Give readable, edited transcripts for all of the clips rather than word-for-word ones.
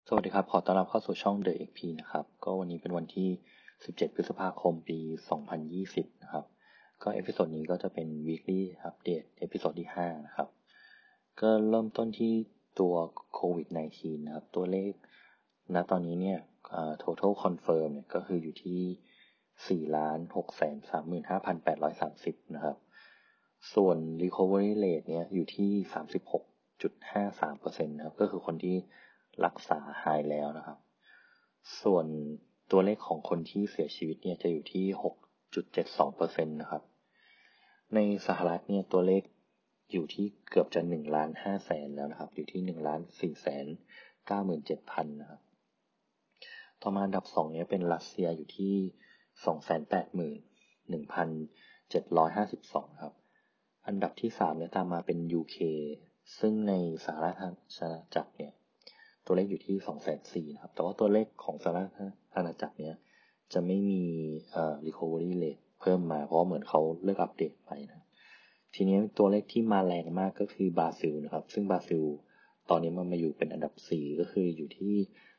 สวัสดีครับขอต้อนรับเข้าสู่ช่อง The XP นะครับก็วันนี้เป็นวันที่17พฤษภาคมปี2020นะครับก็เอพิโซดนี้ก็จะเป็น weekly update เอพิโซดที่5นะครับก็เริ่มต้นที่ตัวโควิด -19 นะครับตัวเลขณตอนนี้เนี่ยtotal confirm เนี่ยก็คืออยู่ที่ 4,635,830 นะครับส่วน recovery rate เนี่ยอยู่ที่ 36.53% นะครับก็คือคนที่รักษาหายแล้วนะครับส่วนตัวเลขของคนที่เสียชีวิตเนี่ยจะอยู่ที่ 6.72% นะครับในสหรัฐเนี่ยตัวเลขอยู่ที่เกือบจะ1,500,000แล้วนะครับอยู่ที่1,497,000นะครับต่อมาอันดับ2เนี่ยเป็นรัสเซียอยู่ที่281,752ครับอันดับที่3เนี่ยตามมาเป็น UK ซึ่งในสหรัฐอาณาจักรเนี่ยตัวเลขอยู่ที่ 240,000นะครับแต่ว่าตัวเลขของสหรัฐอาณาจักรเนี่ยจะไม่มีrecovery rate เพิ่มมาเพราะเหมือนเขาเลิกอัปเดตไปนะทีนี้ตัวเลขที่มาแรงมากก็คือบราซิลนะครับซึ่งบราซิลตอนนี้มันมาอยู่เป็นอันดับ4ก็คืออยู่ที่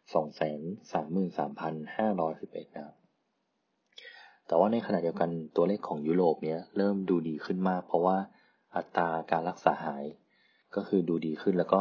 233,511 นะครับแต่ว่าในขณะเดียวกันตัวเลขของยุโรปเนี้ยเริ่มดูดีขึ้นมากเพราะว่าอัตราการรักษาหายก็คือดูดีขึ้นแล้วก็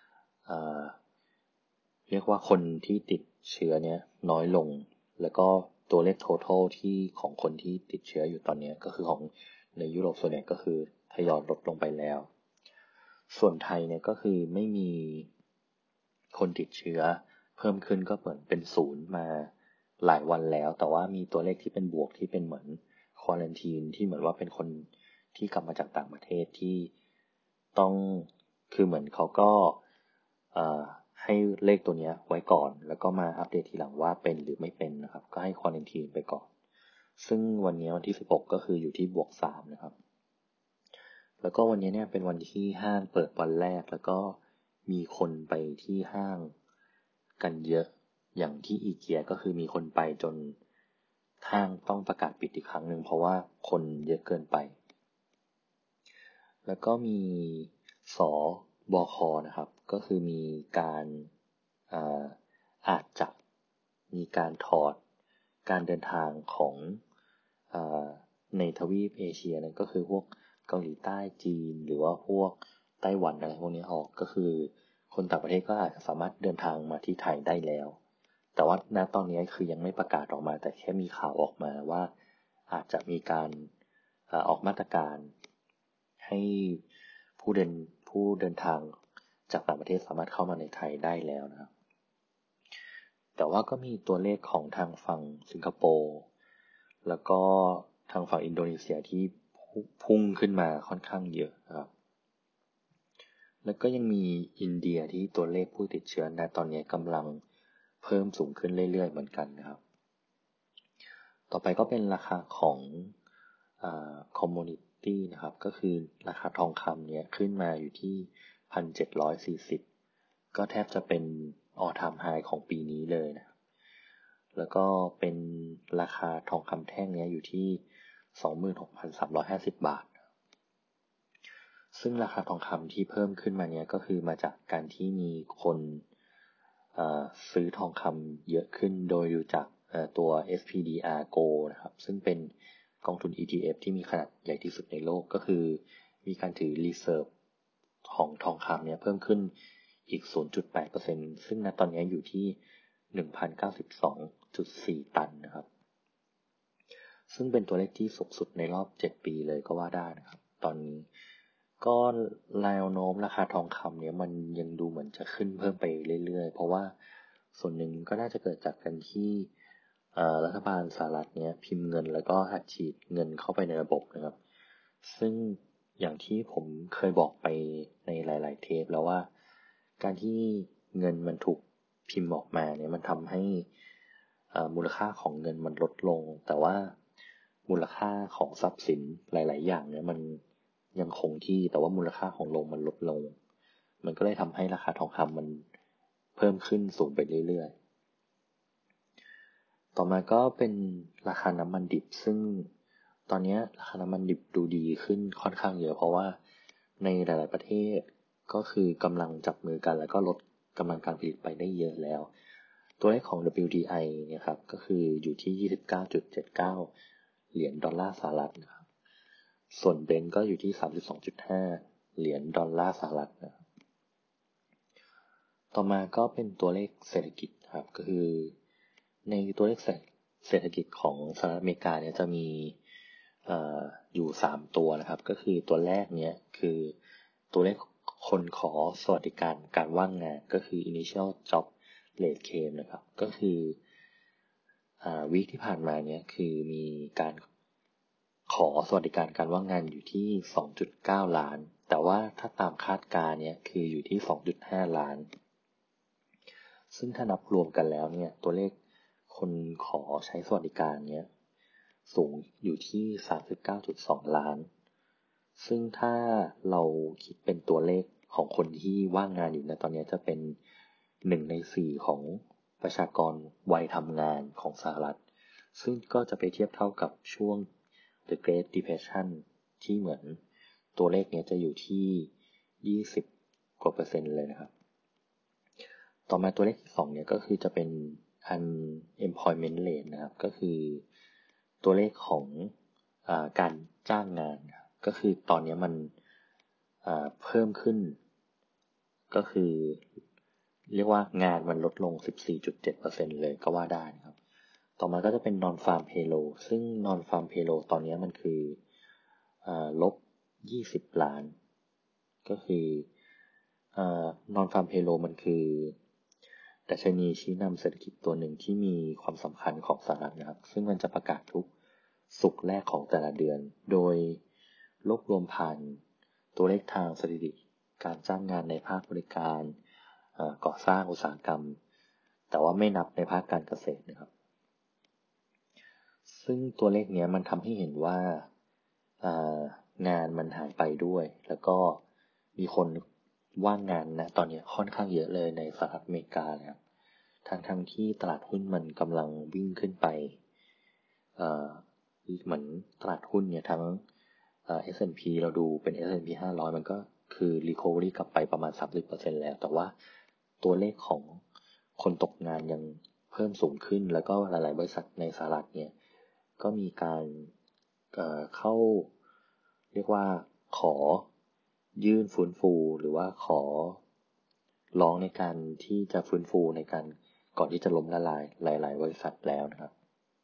เรียกว่าคนที่ติดเชื้อเนี้ยน้อยลงแล้วก็ตัวเลข total ที่ของคนที่ติดเชื้ออยู่ตอนนี้ก็คือของในยุโรปส่วนใหญ่ก็คือทยอยลดลงไปแล้วส่วนไทยเนี่ยก็คือไม่มีคนติดเชื้อเพิ่มขึ้นก็เหมือนเป็นศูนย์มาหลายวันแล้วแต่ว่ามีตัวเลขที่เป็นบวกที่เป็นเหมือนควอรันทีนที่เหมือนว่าเป็นคนที่กลับมาจากต่างประเทศที่ต้องคือเหมือนเขาก็ให้เลขตัวนี้ไว้ก่อนแล้วก็มาอัปเดตทีหลังว่าเป็นหรือไม่เป็นนะครับก็ให้ควอรันทีนไปก่อนซึ่งวันนี้วันที่16ก็คืออยู่ที่บวก3นะครับแล้วก็วันนี้เนี่ยเป็นวันที่ห้างเปิดวันแรกแล้วก็มีคนไปที่ห้างกันเยอะอย่างที่อีเกียก็คือมีคนไปจนห้างต้องประกาศปิดอีกครั้งหนึ่งเพราะว่าคนเยอะเกินไปแล้วก็มีสบคนะครับก็คือมีการอาจจะมีการถอดการเดินทางของในทวีปเอเชียนั่นก็คือพวกเกาหลีใต้จีนหรือว่าพวกไต้หวันอะไรพวกนี้ออกก็คือคนต่างประเทศก็อาจจะสามารถเดินทางมาที่ไทยได้แล้วแต่ว่าณตอนนี้คือยังไม่ประกาศออกมาแต่แค่มีข่าวออกมาว่าอาจจะมีการออกมาตรการให้ผู้เดินทางจากต่างประเทศสามารถเข้ามาในไทยได้แล้วนะครับแต่ว่าก็มีตัวเลขของทางฝั่งสิงคโปร์แล้วก็ทางฝั่งอินโดนีเซียที่พุ่งขึ้นมาค่อนข้างเยอะนะครับแล้วก็ยังมีอินเดียที่ตัวเลขผู้ติดเชื้อณตอนนี้กำลังเพิ่มสูงขึ้นเรื่อยๆเหมือนกันนะครับต่อไปก็เป็นราคาของcommodity นะครับก็คือราคาทองคำเนี่ยขึ้นมาอยู่ที่ 1,740 ก็แทบจะเป็น all time high ของปีนี้เลยนะแล้วก็เป็นราคาทองคำแท่งเนี้ยอยู่ที่ 26,350 บาทซึ่งราคาทองคำที่เพิ่มขึ้นมาเนี้ยก็คือมาจากการที่มีคนซื้อทองคำเยอะขึ้นโดยดูจากตัว SPDR Gold นะครับซึ่งเป็นกองทุน ETF ที่มีขนาดใหญ่ที่สุดในโลกก็คือมีการถือ reserve ของทองคำเนี่ยเพิ่มขึ้นอีก 0.8% ซึ่งณตอนนี้อยู่ที่ 1,092.4 ตันนะครับซึ่งเป็นตัวเลขที่สูงสุดในรอบ7ปีเลยก็ว่าได้นะครับตอนนี้ก็แนวโน้มราคาทองคำเนี่ยมันยังดูเหมือนจะขึ้นเพิ่มไปเรื่อยๆเพราะว่าส่วนหนึ่งก็น่าจะเกิดจากการที่รัฐบาลสหรัฐเนี่ยพิมพ์เงินแล้วก็อัดฉีดเงินเข้าไปในระบบนะครับซึ่งอย่างที่ผมเคยบอกไปในหลายๆเทปแล้วว่าการที่เงินมันถูกพิมพ์ออกมาเนี่ยมันทำให้มูลค่าของเงินมันลดลงแต่ว่ามูลค่าของทรัพย์สินหลายๆอย่างเนี่ยมันยังคงที่แต่ว่ามูลค่าของโลงมันลดลงมันก็เลยทำให้ราคาทองคำมันเพิ่มขึ้นสูงไปเรื่อยๆต่อมาก็เป็นราคาน้ำมันดิบซึ่งตอนนี้ราคาน้ำมันดิบดูดีขึ้นค่อนข้างเยอะเพราะว่าในหลายๆประเทศก็คือกำลังจับมือกันแล้วก็ลดกำลังการผลิตไปได้เยอะแล้วตัวเลขของ WTI เนี่ยครับก็คืออยู่ที่ 29.79 เหรียญดอลลาร์สหรัฐนะครับส่วนเบรนท์ก็อยู่ที่ 32.5 เหรียญดอลลาร์สหรัฐนะครับต่อมาก็เป็นตัวเลขเศรษฐกิจครับก็คือในตัวเลขเศรษฐกิจของสหรัฐอเมริกาเนี่ยจะมีอยู่3ตัวนะครับก็คือตัวแรกเนี่ยคือตัวเลขคนขอสวัสดิการว่างงานก็คือ initial job rate claim นะครับก็คือวีคที่ผ่านมาเนี่ยคือมีการขอสวัสดิการว่างงานอยู่ที่ 2.9 ล้านแต่ว่าถ้าตามคาดการณ์เนี่ยคืออยู่ที่ 2.5 ล้านซึ่งถ้านับรวมกันแล้วเนี่ยตัวเลขคนขอใช้สวัสดิการเนี่ยสูงอยู่ที่ 39.2 ล้านซึ่งถ้าเราคิดเป็นตัวเลขของคนที่ว่างงานอยู่ในตอนนี้จะเป็น1 ใน 4ของประชากรวัยทำงานของสหรัฐซึ่งก็จะไปเทียบเท่ากับช่วง The Great Depression ที่เหมือนตัวเลขนี้จะอยู่ที่20 กว่า%เลยนะครับต่อมาตัวเลขที่2เนี่ยก็คือจะเป็น unemployment rate นะครับก็คือตัวเลขของการจ้างงานก็คือตอนนี้มันเพิ่มขึ้นก็คือเรียกว่างานมันลดลง 14.7% เลยก็ว่าได้นะครับต่อมาก็จะเป็น non farm payroll ซึ่ง non farm payroll ตอนนี้มันคือลบ20 ล้านก็คือnon farm payroll มันคือดัชนีชี้นำเศรษฐกิจตัวหนึ่งที่มีความสำคัญของสหรัฐนะครับซึ่งมันจะประกาศทุกศุกร์แรกของแต่ละเดือนโดยรวบรวมผ่านตัวเลขทางสถิติการจ้างงานในภาคบริการก่อสร้างอุตสาหกรรมแต่ว่าไม่นับในภาคการเกษตรนะครับซึ่งตัวเลขนี้มันทำให้เห็นว่างานมันหายไปด้วยแล้วก็มีคนว่างงานนะตอนนี้ค่อนข้างเยอะเลยในสหรัฐอเมริกานะครับทั้งที่ตลาดหุ้นมันกำลังวิ่งขึ้นไปเหมือนตลาดหุ้นเนี่ยทั้งS&P เราดูเป็น S&P 500มันก็คือ recovery กลับไปประมาณ 30% แล้วแต่ว่าตัวเลขของคนตกงานยังเพิ่มสูงขึ้นแล้วก็หลายๆบริษัทในสหรัฐเนี่ยก็มีการเข้าเรียกว่าขอยื่นฟื้นฟูหรือว่าขอร้องในการที่จะฟื้นฟูในการก่อนที่จะล้มละลายหลายๆบริษัทแล้วนะครับ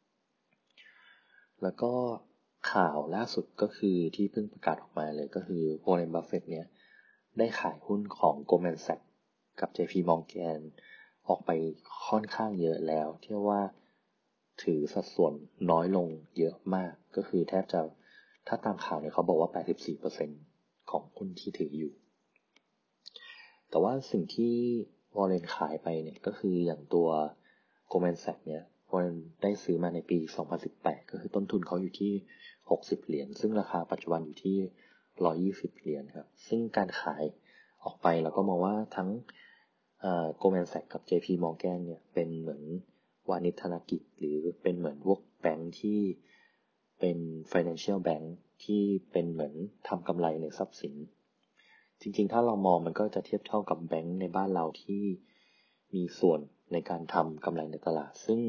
แล้วก็ข่าวล่าสุดก็คือที่เพิ่งประกาศออกมาเลยก็คือวอร์เรน บัฟเฟตต์เนี่ยได้ขายหุ้นของ Goldman Sachs กับ JP Morgan ออกไปค่อนข้างเยอะแล้วที่ว่าถือสัดส่วนน้อยลงเยอะมากก็คือแทบจะถ้าตามข่าวเนี่ยเขาบอกว่า 84% ของหุ้นที่ถืออยู่แต่ว่าสิ่งที่วอร์เรนขายไปเนี่ยก็คืออย่างตัว Goldman Sachs เนี่ยวอร์เรนได้ซื้อมาในปี 2018 ก็คือต้นทุนเขาอยู่ที่60 เหรียญซึ่งราคาปัจจุบันอยู่ที่120 เหรียญครับซึ่งการขายออกไปเราก็มองว่าทั้งGoldman Sachs กับ JP Morgan เนี่ยเป็นเหมือนวานิชธนกิจหรือเป็นเหมือนพวกแบงค์ที่เป็น financial bank ที่เป็นเหมือนทำกำไรในทรัพย์สินจริงๆถ้าเรามองมันก็จะเทียบเท่ากับแบงค์ในบ้านเราที่มีส่วนในการทำกำไรในตลาดซึ่ง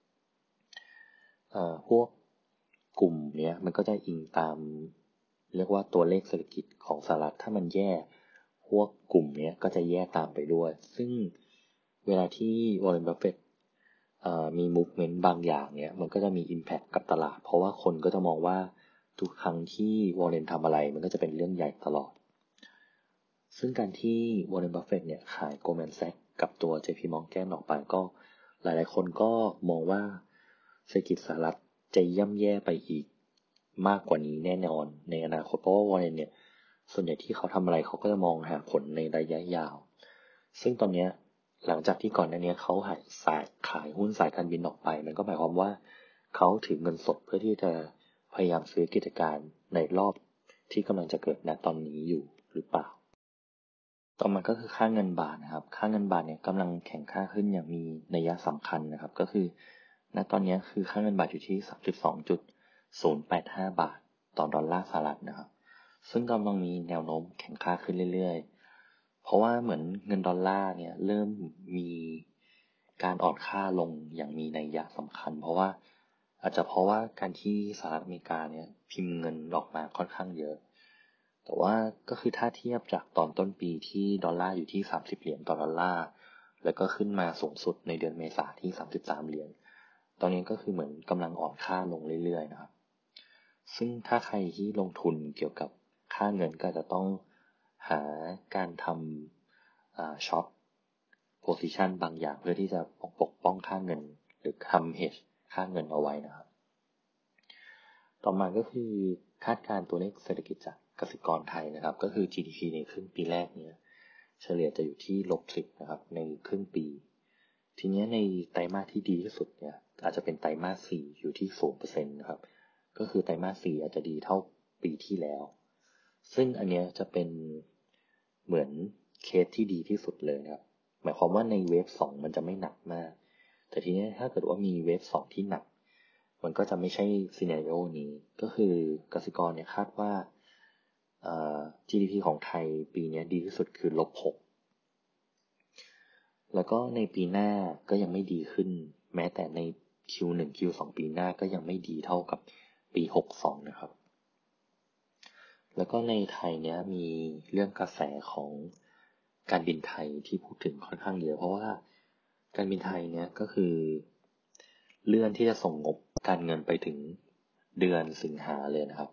พวกกลุ่มเนี้ยมันก็จะอิงตามเรียกว่าตัวเลขเศรษฐกิจของสหรัฐถ้ามันแย่พวกกลุ่มเนี้ยก็จะแย่ตามไปด้วยซึ่งเวลาที่วอร์เรน บัฟเฟตต์มี movement บางอย่างเนี้ยมันก็จะมี impact กับตลาดเพราะว่าคนก็จะมองว่าทุกครั้งที่วอร์เรนทำอะไรมันก็จะเป็นเรื่องใหญ่ตลอดซึ่งการที่วอร์เรน บัฟเฟตต์เนี่ยขาย Goldman Sachs กับตัว JP Morgan ออกไปก็หลายๆคนก็มองว่าเศรษฐกิจสหรัฐจะย่ำแย่ไปอีกมากกว่านี้แน่นอนในอนาคตเพราะว่าวอร์เรนเนี่ยส่วนใหญ่ที่เขาทำอะไรเขาก็จะมองหาผลในระยะยาวซึ่งตอนนี้หลังจากที่ก่อนหน้านี้เขาขายหุ้นสายการบินออกไปมันก็หมายความว่าเขาถือเงินสดเพื่อที่จะพยายามซื้อกิจการในรอบที่กำลังจะเกิดณตอนนี้อยู่หรือเปล่าต่อมาก็คือค่าเงินบาทนะครับค่าเงินบาทเนี่ยกำลังแข็งค่าขึ้นอย่างมีนัยสำคัญนะครับก็คือณตอนนี้คือค่าเงินบาทอยู่ที่ 32.085 บาทต่อดอลลาร์สหรัฐนะครับซึ่งกำลังมีแนวโน้มแข็งค่าขึ้นเรื่อยเพราะว่าเหมือนเงินดอลลาร์เนี่ยเริ่มมีการอ่อนค่าลงอย่างมีนัยสำคัญเพราะว่าอาจจะเพราะว่าการที่สหรัฐอเมริกาเนี่ยพิมพ์เงินออกมาค่อนข้างเยอะแต่ว่าก็คือถ้าเทียบจากตอนต้นปีที่ดอลลาร์อยู่ที่30 เหรียญต่อดอลลาร์แล้วก็ขึ้นมาสูงสุดในเดือนเมษาที่33 เหรียญตอนนี้ก็คือเหมือนกำลังอ่อนค่าลงเรื่อยๆนะครับซึ่งถ้าใครที่ลงทุนเกี่ยวกับค่าเงินก็จะต้องหาการทำช็อตโพซิชันบางอย่างเพื่อที่จะปกป้องค่าเงินหรือทำ hedge ค่าเงินเอาไว้นะครับต่อมาก็คือคาดการณ์ตัวเลขเศรษฐกิจจากกสิกรไทยนะครับก็คือ GDP ในครึ่งปีแรกเนี่ยเฉลี่ยจะอยู่ที่-10นะครับในครึ่งปีทีนี้ในไตรมาสที่ดีที่สุดเนี่ยอาจจะเป็นไตรมาส4อยู่ที่ 0% นะครับก็คือไตรมาส4อาจจะดีเท่าปีที่แล้วซึ่งอันเนี้ยจะเป็นเหมือนเคสที่ดีที่สุดเลยนะครับหมายความว่าในเวฟ2มันจะไม่หนักมากแต่ทีนี้ถ้าเกิดว่ามีเวฟ2ที่หนักมันก็จะไม่ใช่ซีนาริโอนี้ก็คือกสิกรเนี่ยคาดว่าGDP ของไทยปีนี้ดีที่สุดคือ-6แล้วก็ในปีหน้าก็ยังไม่ดีขึ้นแม้แต่ใน Q1 Q2 ปีหน้าก็ยังไม่ดีเท่ากับปี62นะครับแล้วก็ในไทยเนี้ยมีเรื่องกระแสของการบินไทยที่พูดถึงค่อนข้างเยอะเพราะว่าการบินไทยเนี้ยก็คือเลื่อนที่จะส่งงบการเงินไปถึงเดือนสิงหาเลยนะครับ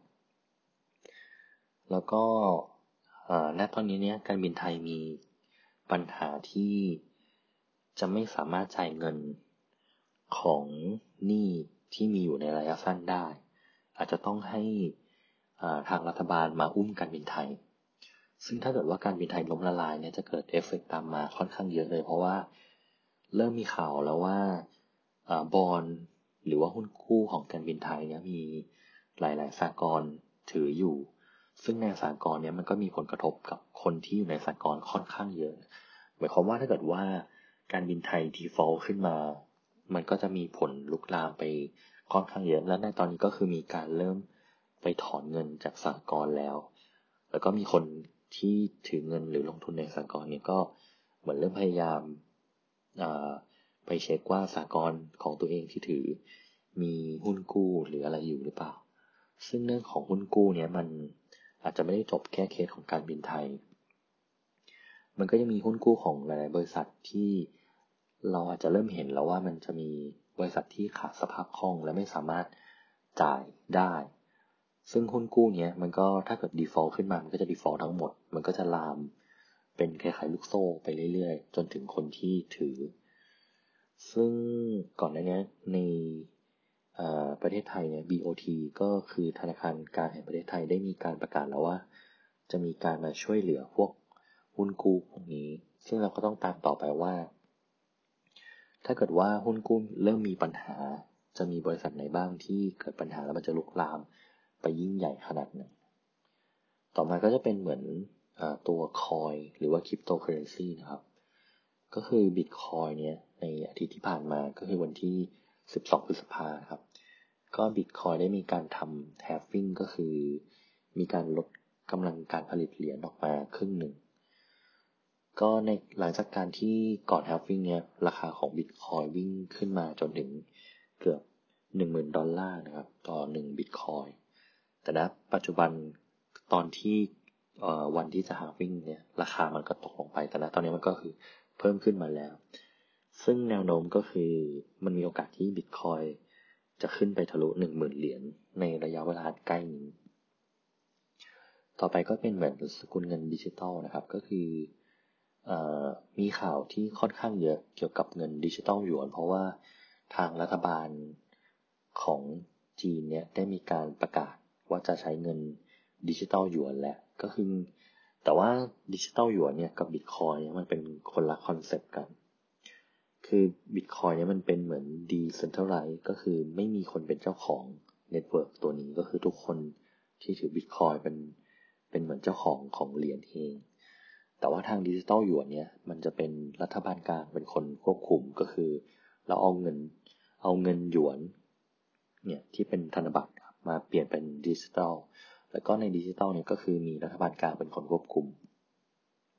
แล้วก็ณตอนนี้เนี่ยการบินไทยมีปัญหาที่จะไม่สามารถจ่ายเงินของหนี้ที่มีอยู่ในระยะสั้นได้อาจจะต้องให้ทางรัฐบาลมาอุ้มการบินไทยซึ่งถ้าเกิดว่าการบินไทยล้มละลายเนี่ยจะเกิดเอฟเฟกต์ตามมาค่อนข้างเยอะเลยเพราะว่าเริ่มมีข่าวแล้วว่าบอนด์หรือว่าหุ้นกู้ของการบินไทยเนี่ยมีหลายๆสหกรณ์ถืออยู่ซึ่งในสหกรณ์เนี่ยมันก็มีผลกระทบกับคนที่อยู่ในสหกรณ์ค่อนข้างเยอะหมายความว่าถ้าเกิดว่าการบินไทย default ขึ้นมามันก็จะมีผลลุกลามไปค่อนข้างเยอะและในตอนนี้ก็คือมีการเริ่มไปถอนเงินจากสหกรณ์แล้วก็มีคนที่ถือเงินหรือลงทุนในสหกรณ์เนี่ยก็เหมือนเริ่มพยายามไปเช็คว่าสหกรณ์ของตัวเองที่ถือมีหุ้นกู้หรืออะไรอยู่หรือเปล่าซึ่งเรื่องของหุ้นกู้เนี่ยมันอาจจะไม่ได้จบแค่เคสของการบินไทยมันก็ยังมีหุ้นกู้ของหลายๆบริษัทที่เราอาจจะเริ่มเห็นแล้วว่ามันจะมีบริษัทที่ขาดสภาพคล่องและไม่สามารถจ่ายได้ซึ่งหุ้นกู้เนี้ยมันก็ถ้าเกิด default ขึ้นมามันก็จะ default ทั้งหมดมันก็จะลามเป็นคล้ายๆลูกโซ่ไปเรื่อยๆจนถึงคนที่ถือซึ่งก่อนหน้านี้ในประเทศไทยเนี่ย BOT ก็คือธนาคารกลางแห่งประเทศไทยได้มีการประกาศแล้วว่าจะมีการมาช่วยเหลือพวกหุ้นกู้พวกนี้ซึ่งเราก็ต้องตามต่อไปว่าถ้าเกิดว่าหุ้นกู้เริ่มมีปัญหาจะมีบริษัทไหนบ้างที่เกิดปัญหาแล้วมันจะลุกลามไปยิ่งใหญ่ขนาดไหนต่อมาก็จะเป็นเหมือนตัวคอยหรือว่าคริปโตเคอเรนซีนะครับก็คือบิตคอยเนี่ยในอาทิตย์ที่ผ่านมาก็คือวันที่12พฤษภาคมครับก็บิตคอยได้มีการทำ halving ก็คือมีการลดกำลังการผลิตเหรียญออกมาครึ่งหนึ่งก็ในหลังจากการที่ก่อน halving เนี่ยราคาของบิตคอยวิ่งขึ้นมาจนถึงเกือบ 10,000 ดอลลาร์นะครับต่อ1บิตคอยแต่ณปัจจุบันตอนที่วันที่จะ halving เนี่ยราคามันก็ตกลงไปแต่ณตอนนี้มันก็คือเพิ่มขึ้นมาแล้วซึ่งแนวโน้มก็คือมันมีโอกาสที่บิตคอยจะขึ้นไปทะลุ 10,000 เหรียญในระยะเวลาใกล้นี้ต่อไปก็เป็นเหมือนสกุลเงินดิจิตอลนะครับก็คือมีข่าวที่ค่อนข้างเยอะเกี่ยวกับเงินดิจิตอลหยวนเพราะว่าทางรัฐบาลของจีนเนี่ยได้มีการประกาศว่าจะใช้เงินดิจิตอลหยวนแล้วก็คือแต่ว่าดิจิตอลหยวนเนี่ยกับบิตคอยเนี่ยมันเป็นคนละคอนเซปต์กันคือบิตคอยเนี่ยมันเป็นเหมือน decentralized ก็คือไม่มีคนเป็นเจ้าของเน็ตเวิร์กตัวนี้ก็คือทุกคนที่ถือบิตคอยเป็นเหมือนเจ้าของเหรียญเองแต่ว่าทางดิจิตอลหยวนเนี่ยมันจะเป็นรัฐบาลกลางเป็นคนควบคุมก็คือเราเอาเงินหยวนเนี่ยที่เป็นธนบัตรมาเปลี่ยนเป็นดิจิตอลแล้วก็ในดิจิตอลเนี่ยก็คือมีรัฐบาลกลางเป็นคนควบคุม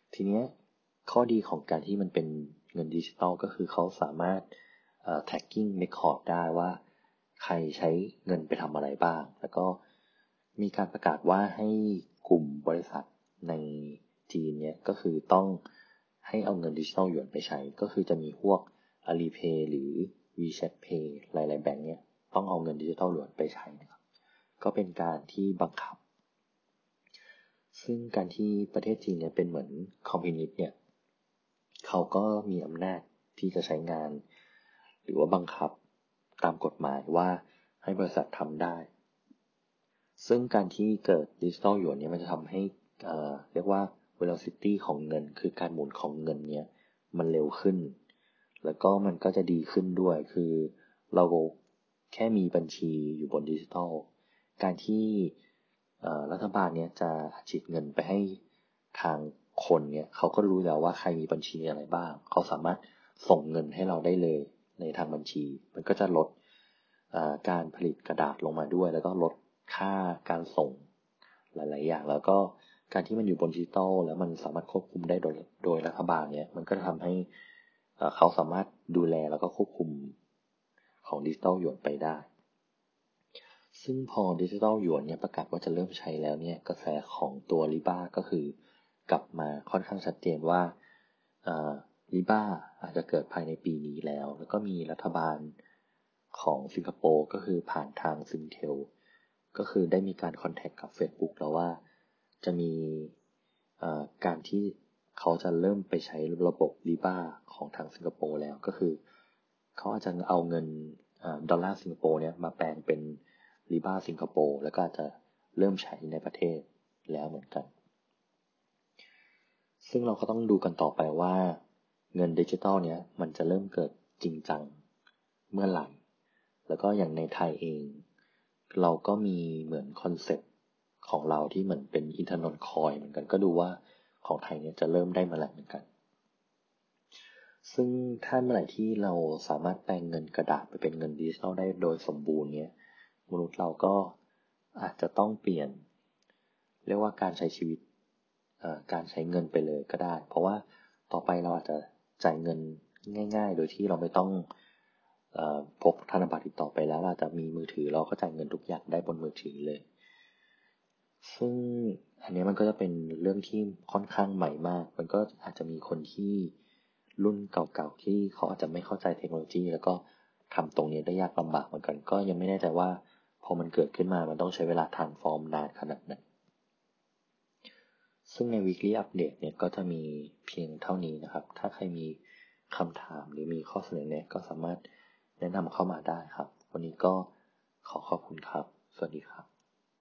ทีเนี้ยข้อดีของการที่มันเป็นเงินดิจิตอลก็คือเขาสามารถtracking record ได้ว่าใครใช้เงินไปทำอะไรบ้างแล้วก็มีการประกาศว่าให้กลุ่มบริษัทในจีนเนี่ยก็คือต้องให้เอาเงินดิจิตอลหยวนไปใช้ก็คือจะมีพวก Alipay หรือ WeChat Pay หลายๆแบงก์เนี่ยต้องเอาเงินดิจิตอลหยวนไปใช้นะครับก็เป็นการที่บังคับซึ่งการที่ประเทศจีนเนี่ยเป็นเหมือนคอมมิวนิสต์เนี่ยเขาก็มีอำนาจที่จะใช้งานหรือว่าบังคับตามกฎหมายว่าให้บริษัททำได้ซึ่งการที่เกิดดิจิตอลหยวนเนี่ยมันจะทำให้เรียกว่า velocity ของเงินคือการหมุนของเงินเนี่ยมันเร็วขึ้นแล้วก็มันก็จะดีขึ้นด้วยคือเราแค่มีบัญชีอยู่บนดิจิตอลการที่รัฐบาลเนี่ยจะฉีดเงินไปให้ทางคนเนี่ยเขาก็รู้แล้วว่าใครมีบัญชีอะไรบ้างเขาสามารถส่งเงินให้เราได้เลยในทางบัญชีมันก็จะลดการผลิตกระดาษลงมาด้วยแล้วก็ลดค่าการส่งหลายๆอย่างแล้วก็การที่มันอยู่บนดิจิตอลแล้วมันสามารถควบคุมได้โดยรัฐบาลเนี่ยมันก็จะทำให้เขาสามารถดูแลแล้วก็ควบคุมของดิจิตอลหยวนไปได้ซึ่งพอดิจิตอลหยวนเนี่ยประกาศว่าจะเริ่มใช้แล้วเนี่ยกระแสของตัวลิบ้าก็คือกลับมาค่อนข้างชัดเจนว่าลิบ้าอาจจะเกิดภายในปีนี้แล้วก็มีรัฐบาลของสิงคโปร์ก็คือผ่านทางซิงเทลก็คือได้มีการคอนแทคกับ Facebook แล้วว่าจะมีการที่เขาจะเริ่มไปใช้ระบบลิบ้าของทางสิงคโปร์แล้วก็คือเขาอาจจะเอาเงินดอลลาร์สิงคโปร์เนี่ยมาแปลงเป็นลิบ้าสิงคโปร์แล้วก็อาจจะเริ่มใช้ในประเทศแล้วเหมือนกันซึ่งเราก็ต้องดูกันต่อไปว่าเงินดิจิตอลเนี่ยมันจะเริ่มเกิดจริงจังเมื่อไหร่แล้วก็อย่างในไทยเองเราก็มีเหมือนคอนเซ็ปต์ของเราที่เหมือนเป็นอินเทอร์นอนคอยเหมือนกันก็ดูว่าของไทยเนี่ยจะเริ่มได้เมื่อไหร่เหมือนกันซึ่งถ้าเมื่อไหร่ที่เราสามารถแปลงเงินกระดาษไปเป็นเงินดิจิทัลได้โดยสมบูรณ์เนี่ยมนุษย์เราก็อาจจะต้องเปลี่ยนเรียกว่าการใช้ชีวิตการใช้เงินไปเลยก็ได้เพราะว่าต่อไปเราอาจจะจ่ายเงินง่ายๆโดยที่เราไม่ต้องพกธนบัตรอีกต่อไปแล้วเราจะมีมือถือเราก็จ่ายเงินทุกอย่างได้บนมือถือเลยซึ่งอันนี้มันก็จะเป็นเรื่องที่ค่อนข้างใหม่มากมันก็อาจจะมีคนที่รุ่นเก่าๆที่เขาอาจจะไม่เข้าใจเทคโนโลยีแล้วก็ทำตรงนี้ได้ยากลำบากเหมือนกันก็ยังไม่แน่ใจว่าพอมันเกิดขึ้นมามันต้องใช้เวลาทรานส์ฟอร์มนานขนาดไหนซึ่งใน weekly update เนี่ยก็จะมีเพียงเท่านี้นะครับถ้าใครมีคำถามหรือมีข้อเสนอแนะก็สามารถแนะนำเข้ามาได้ครับวันนี้ก็ขอขอบคุณครับสวัสดีครับ